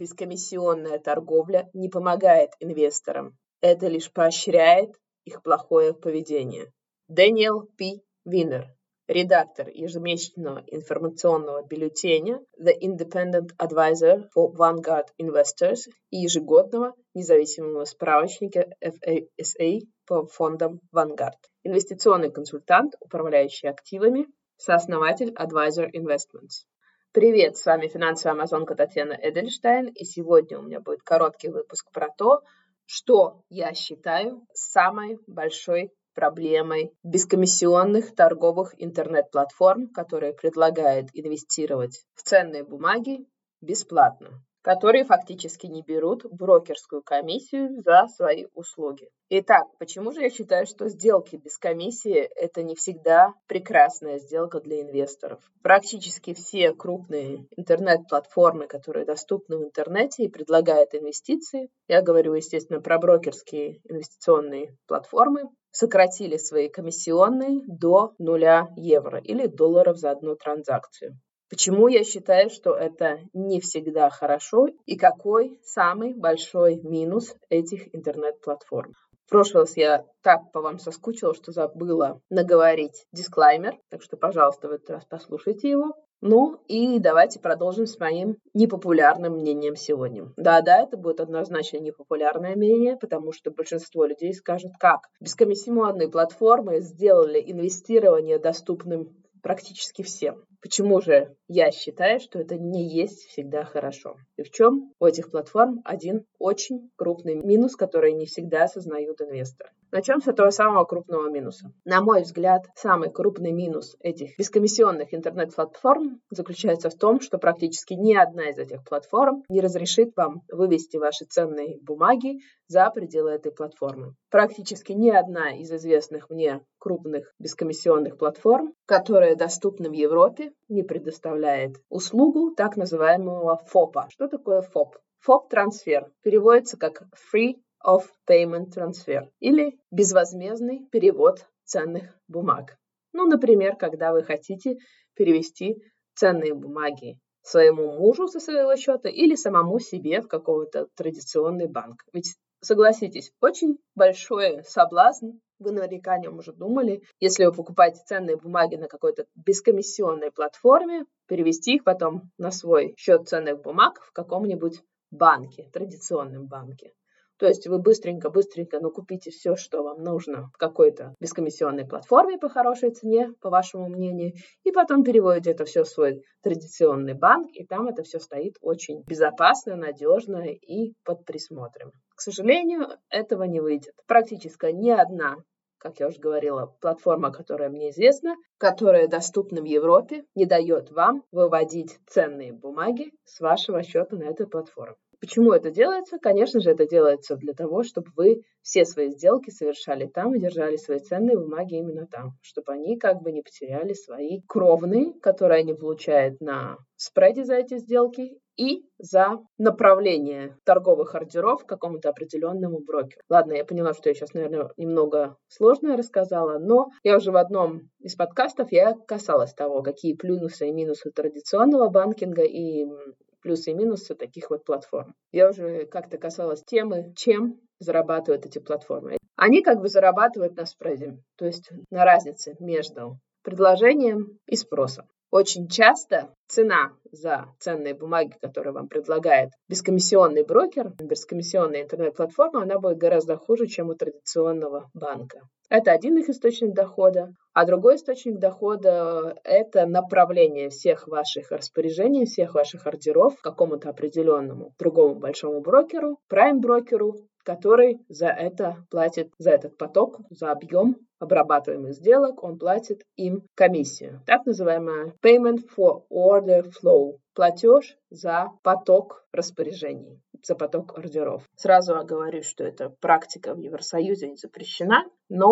бескомиссионная торговля не помогает инвесторам. Это лишь поощряет их плохое поведение. Дэниел П. Винер, редактор ежемесячного информационного бюллетеня The Independent Advisor for Vanguard Investors и ежегодного независимого справочника FASA по фондам Vanguard. Инвестиционный консультант, управляющий активами, сооснователь Advisor Investments. Привет, с вами финансовая амазонка Татьяна Эдельштейн, и сегодня у меня будет короткий выпуск про то, что я считаю самой большой проблемой бескомиссионных торговых интернет-платформ, которые предлагают инвестировать в ценные бумаги бесплатно, которые фактически не берут брокерскую комиссию за свои услуги. Итак, почему же я считаю, что сделки без комиссии – это не всегда прекрасная сделка для инвесторов? Практически все крупные интернет-платформы, которые доступны в интернете и предлагают инвестиции, я говорю, естественно, про брокерские инвестиционные платформы, сократили свои комиссионные до 0 евро или долларов за одну транзакцию. Почему я считаю, что это не всегда хорошо и какой самый большой минус этих интернет-платформ? В прошлый раз я так по вам соскучилась, что забыла наговорить дисклаймер, так что, пожалуйста, в этот раз послушайте его. Ну и давайте продолжим с моим непопулярным мнением сегодня. Да, это будет однозначно непопулярное мнение, потому что большинство людей скажут, как бескомиссионные платформы сделали инвестирование доступным практически всем. Почему же я считаю, что это не есть всегда хорошо? И в чем у этих платформ один очень крупный минус, который не всегда осознают инвесторы. Начнем с этого самого крупного минуса. На мой взгляд, самый крупный минус этих бескомиссионных интернет-платформ заключается в том, что практически ни одна из этих платформ не разрешит вам вывести ваши ценные бумаги за пределы этой платформы. Практически ни одна из известных мне крупных бескомиссионных платформ, которая доступна в Европе, не предоставляет услугу так называемого ФОПа. Что такое ФОП? ФОП-трансфер переводится как Free of Payment Transfer или безвозмездный перевод ценных бумаг. Например, когда вы хотите перевести ценные бумаги своему мужу со своего счета или самому себе в какой-то традиционный банк. Ведь, согласитесь, очень большой соблазн, вы наверняка о нем уже думали, если вы покупаете ценные бумаги на какой-то бескомиссионной платформе, перевести их потом на свой счет ценных бумаг в каком-нибудь банке, традиционном банке. То есть вы быстренько, купите все, что вам нужно в какой-то бескомиссионной платформе по хорошей цене, по вашему мнению, и потом переводите это все в свой традиционный банк, и там это все стоит очень безопасно, надежно и под присмотром. К сожалению, этого не выйдет. Практически ни одна, как я уже говорила, платформа, которая мне известна, которая доступна в Европе, не дает вам выводить ценные бумаги с вашего счета на этой платформе. Почему это делается? Конечно же, это делается для того, чтобы вы все свои сделки совершали там и держали свои ценные бумаги именно там, чтобы они не потеряли свои кровные, которые они получают на спреде за эти сделки и за направление торговых ордеров к какому-то определенному брокеру. Ладно, я поняла, что я сейчас, наверное, немного сложное рассказала, но я уже в одном из подкастов я касалась того, какие плюсы и минусы традиционного банкинга и плюсы и минусы таких вот платформ. Я уже как-то касалась темы, чем зарабатывают эти платформы. Они зарабатывают на спреде, то есть на разнице между предложением и спросом. Очень часто цена за ценные бумаги, которые вам предлагает бескомиссионный брокер, бескомиссионная интернет-платформа, она будет гораздо хуже, чем у традиционного банка. Это один их источник дохода, а другой источник дохода – это направление всех ваших распоряжений, всех ваших ордеров к какому-то определенному другому большому брокеру, прайм-брокеру, который за это платит, за этот поток, за объем обрабатываемых сделок, он платит им комиссию. Так называемая payment for order flow. Платеж за поток распоряжений, за поток ордеров. Сразу оговорюсь, что эта практика в Евросоюзе не запрещена,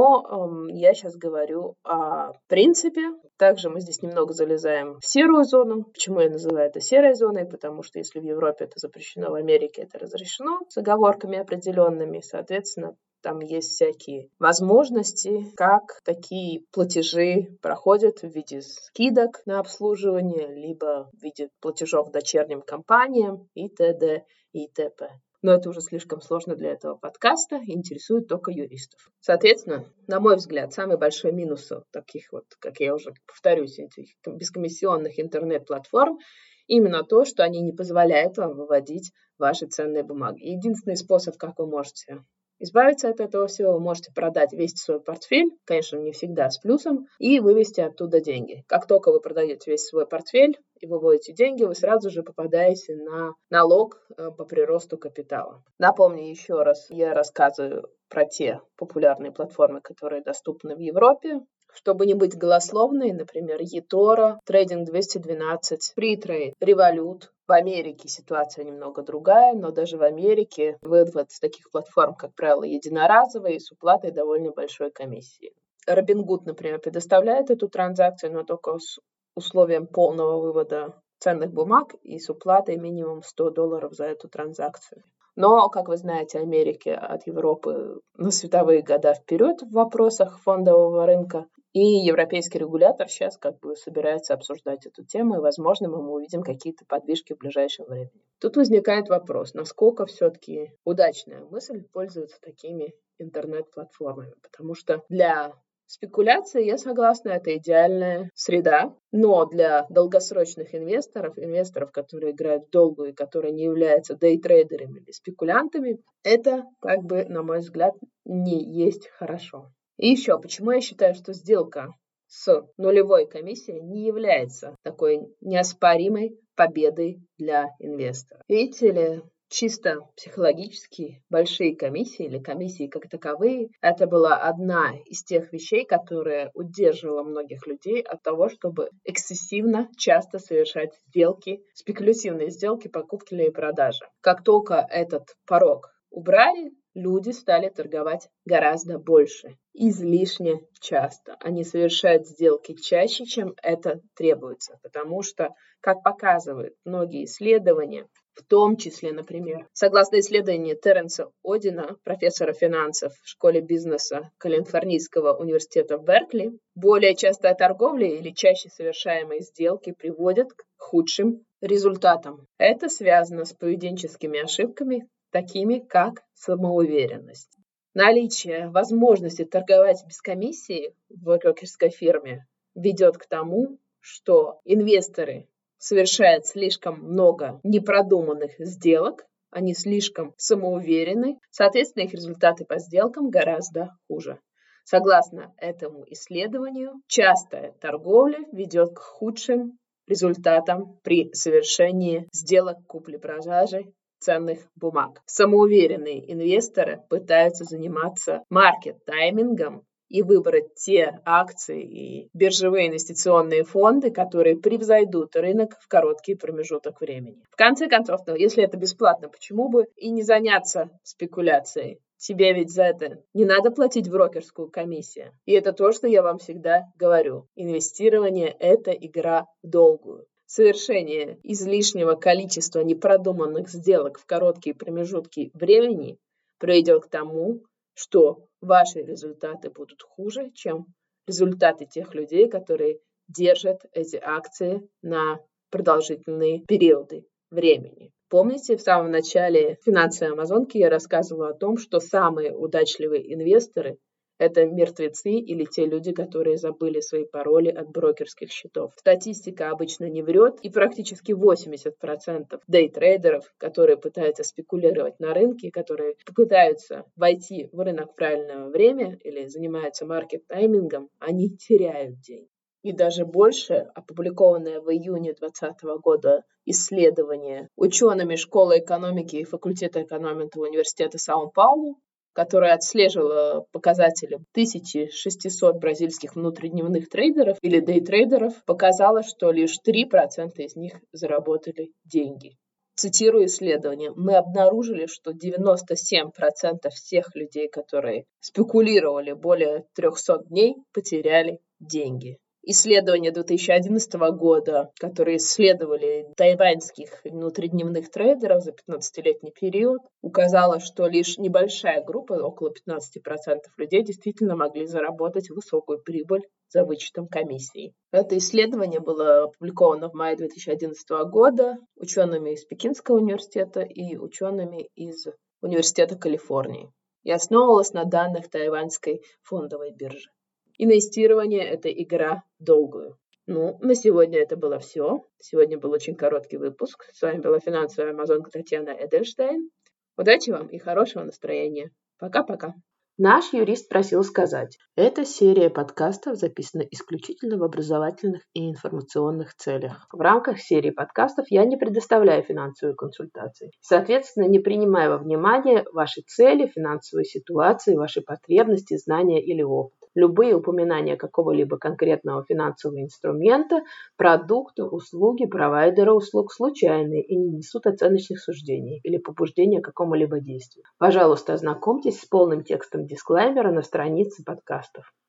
но я сейчас говорю о принципе. Также мы здесь немного залезаем в серую зону. Почему я называю это серой зоной? Потому что если в Европе это запрещено, в Америке это разрешено с оговорками определенными. Соответственно, Там есть всякие возможности, как такие платежи проходят в виде скидок на обслуживание, либо в виде платежов дочерним компаниям и т.д. и т.п. Но это уже слишком сложно для этого подкаста и интересует только юристов. Соответственно, на мой взгляд, самый большой минус таких вот, как я уже повторюсь, этих бескомиссионных интернет-платформ именно то, что они не позволяют вам выводить ваши ценные бумаги. Единственный способ, как вы можете избавиться от этого всего, вы можете продать весь свой портфель, конечно, не всегда с плюсом, и вывести оттуда деньги. Как только вы продаете весь свой портфель и выводите деньги, вы сразу же попадаете на налог по приросту капитала. Напомню еще раз, я рассказываю про те популярные платформы, которые доступны в Европе. Чтобы не быть голословной, например, eToro, Trading 212, Freetrade, Revolut. В Америке ситуация немного другая, но даже в Америке вывод с таких платформ, как правило, единоразовый и с уплатой довольно большой комиссии. Robinhood, например, предоставляет эту транзакцию, но только с условием полного вывода ценных бумаг и с уплатой минимум $100 за эту транзакцию. Но, как вы знаете, Америка от Европы на световые года вперед в вопросах фондового рынка. И европейский регулятор сейчас собирается обсуждать эту тему, и, возможно, мы увидим какие-то подвижки в ближайшем времени. Тут возникает вопрос, насколько все-таки удачная мысль пользоваться такими интернет-платформами, потому что для спекуляции, я согласна, это идеальная среда, но для долгосрочных инвесторов, которые играют в долгую и которые не являются дейтрейдерами или спекулянтами, это, на мой взгляд, не есть хорошо. И еще, почему я считаю, что сделка с нулевой комиссией не является такой неоспоримой победой для инвестора. Видите ли, чисто психологически большие комиссии или комиссии как таковые, это была одна из тех вещей, которая удерживала многих людей от того, чтобы эксцессивно часто совершать сделки, спекулятивные сделки, покупки или продажи. Как только этот порог убрали, люди стали торговать гораздо больше, излишне часто. Они совершают сделки чаще, чем это требуется, потому что, как показывают многие исследования, в том числе, например, согласно исследованию Терренса Одина, профессора финансов в школе бизнеса Калифорнийского университета в Беркли, более частая торговля или чаще совершаемые сделки приводят к худшим результатам. Это связано с поведенческими ошибками, такими как самоуверенность. Наличие возможности торговать без комиссии в брокерской фирме ведет к тому, что инвесторы совершают слишком много непродуманных сделок, они слишком самоуверены, соответственно, их результаты по сделкам гораздо хуже. Согласно этому исследованию, частая торговля ведет к худшим результатам при совершении сделок купли-продажи ценных бумаг. Самоуверенные инвесторы пытаются заниматься маркет-таймингом и выбрать те акции и биржевые инвестиционные фонды, которые превзойдут рынок в короткий промежуток времени. В конце концов, если это бесплатно, почему бы и не заняться спекуляцией? Тебе ведь за это не надо платить брокерскую комиссию. И это то, что я вам всегда говорю. Инвестирование – это игра в долгую. Совершение излишнего количества непродуманных сделок в короткие промежутки времени приведет к тому, что ваши результаты будут хуже, чем результаты тех людей, которые держат эти акции на продолжительные периоды времени. Помните, в самом начале финансовой амазонки я рассказывала о том, что самые удачливые инвесторы – это мертвецы или те люди, которые забыли свои пароли от брокерских счетов. Статистика обычно не врет, и практически 80% дейтрейдеров, которые пытаются спекулировать на рынке, которые пытаются войти в рынок в правильное время или занимаются маркет-таймингом, они теряют деньги. И даже больше, опубликованное в июне 2020 года исследование учеными Школы экономики и факультета экономики Университета Сан-Паулу, которая отслеживала показатели 1600 бразильских внутридневных трейдеров или дейтрейдеров, показала, что лишь 3% из них заработали деньги. Цитирую исследование. Мы обнаружили, что 97% всех людей, которые спекулировали более 300 дней, потеряли деньги. Исследования 2011 года, которые исследовали тайваньских внутридневных трейдеров за 15-летний период, указало, что лишь небольшая группа, около 15% людей, действительно могли заработать высокую прибыль за вычетом комиссий. Это исследование было опубликовано в мае 2011 года учеными из Пекинского университета и учеными из Университета Калифорнии и основывалось на данных тайваньской фондовой биржи. Инвестирование – это игра в долгую. На сегодня это было все. Сегодня был очень короткий выпуск. С вами была финансовая амазонка Татьяна Эдельштейн. Удачи вам и хорошего настроения. Пока-пока. Наш юрист просил сказать, эта серия подкастов записана исключительно в образовательных и информационных целях. В рамках серии подкастов я не предоставляю финансовые консультации. Соответственно, не принимаю во внимание ваши цели, финансовые ситуации, ваши потребности, знания или опыт. Любые упоминания какого-либо конкретного финансового инструмента, продукта, услуги, провайдера услуг случайные и не несут оценочных суждений или побуждения к какому-либо действию. Пожалуйста, ознакомьтесь с полным текстом дисклеймера на странице подкастов.